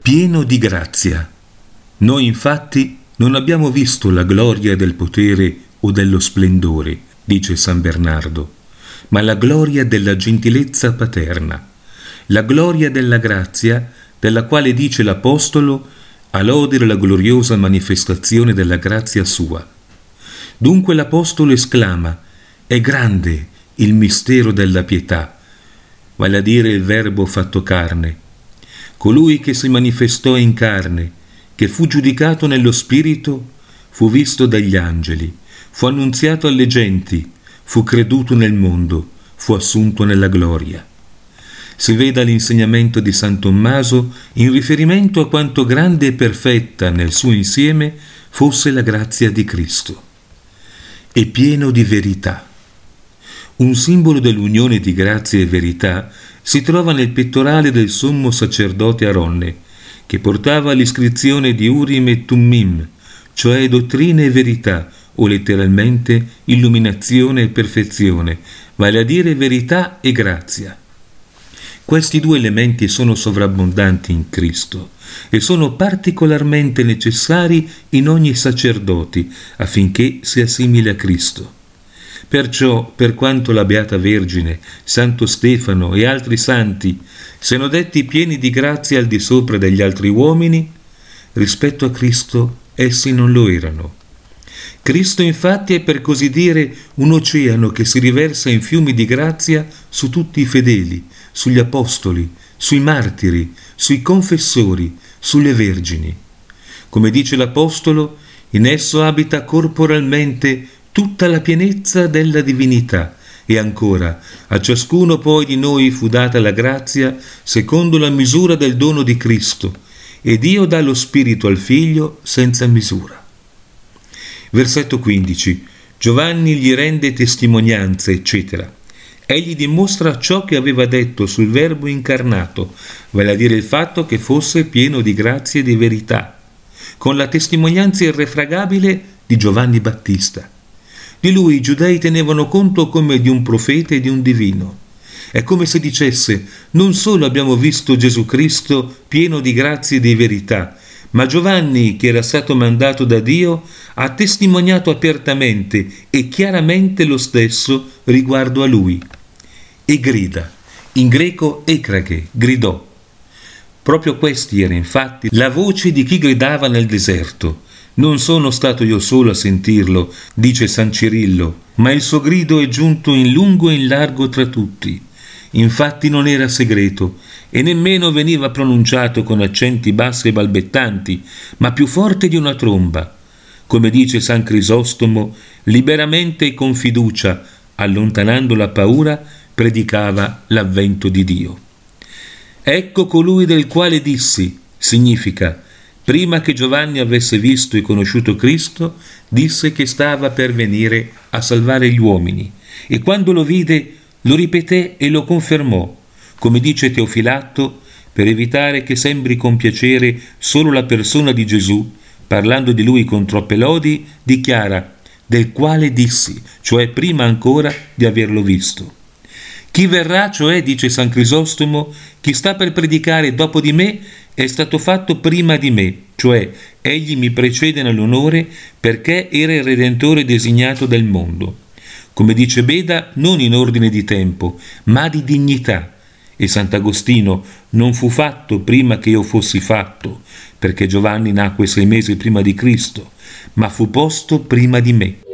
pieno di grazia. Noi infatti non abbiamo visto la gloria del potere o dello splendore, dice San Bernardo, ma la gloria della gentilezza paterna, la gloria della grazia, della quale dice l'Apostolo a lodere la gloriosa manifestazione della grazia sua. Dunque l'Apostolo esclama: è grande il mistero della pietà, vale a dire il Verbo fatto carne, colui che si manifestò in carne, che fu giudicato nello spirito, fu visto dagli angeli, fu annunziato alle genti, fu creduto nel mondo, fu assunto nella gloria. Si veda l'insegnamento di San Tommaso in riferimento a quanto grande e perfetta nel suo insieme fosse la grazia di Cristo. È pieno di verità. Un simbolo dell'unione di grazia e verità si trova nel pettorale del sommo sacerdote Aronne, che portava l'iscrizione di Urim e Tummim, cioè dottrine e verità, o letteralmente illuminazione e perfezione, vale a dire verità e grazia. Questi due elementi sono sovrabbondanti in Cristo e sono particolarmente necessari in ogni sacerdote affinché sia simile a Cristo. Perciò, per quanto la Beata Vergine, Santo Stefano e altri santi siano detti pieni di grazia al di sopra degli altri uomini, rispetto a Cristo essi non lo erano. Cristo infatti è, per così dire, un oceano che si riversa in fiumi di grazia su tutti i fedeli, sugli apostoli, sui martiri, sui confessori, sulle vergini. Come dice l'Apostolo, in esso abita corporalmente tutta la pienezza della divinità, e ancora, a ciascuno poi di noi fu data la grazia secondo la misura del dono di Cristo, e Dio dà lo Spirito al Figlio senza misura. Versetto 15. Giovanni gli rende testimonianza, eccetera. Egli dimostra ciò che aveva detto sul Verbo incarnato, vale a dire il fatto che fosse pieno di grazia e di verità, con la testimonianza irrefragabile di Giovanni Battista. Di lui i giudei tenevano conto come di un profeta e di un divino. È come se dicesse: non solo abbiamo visto Gesù Cristo pieno di grazia e di verità, ma Giovanni, che era stato mandato da Dio, ha testimoniato apertamente e chiaramente lo stesso riguardo a lui. E grida, in greco ecrage, gridò. Proprio questi era infatti la voce di chi gridava nel deserto. Non sono stato io solo a sentirlo, dice San Cirillo, ma il suo grido è giunto in lungo e in largo tra tutti. Infatti non era segreto e nemmeno veniva pronunciato con accenti bassi e balbettanti, ma più forte di una tromba. Come dice San Crisostomo, liberamente e con fiducia, allontanando la paura, predicava l'avvento di Dio. Ecco colui del quale dissi, significa: prima che Giovanni avesse visto e conosciuto Cristo, disse che stava per venire a salvare gli uomini, e quando lo vide lo ripeté e lo confermò, come dice Teofilatto, per evitare che sembri compiacere solo la persona di Gesù, parlando di lui con troppe lodi, dichiara: del quale dissi, cioè prima ancora di averlo visto. Chi verrà, cioè, dice San Crisostomo, chi sta per predicare dopo di me, è stato fatto prima di me, cioè egli mi precede nell'onore perché era il Redentore designato del mondo. Come dice Beda, non in ordine di tempo, ma di dignità. E Sant'Agostino: non fu fatto prima che io fossi fatto, perché Giovanni nacque 6 mesi prima di Cristo, ma fu posto prima di me.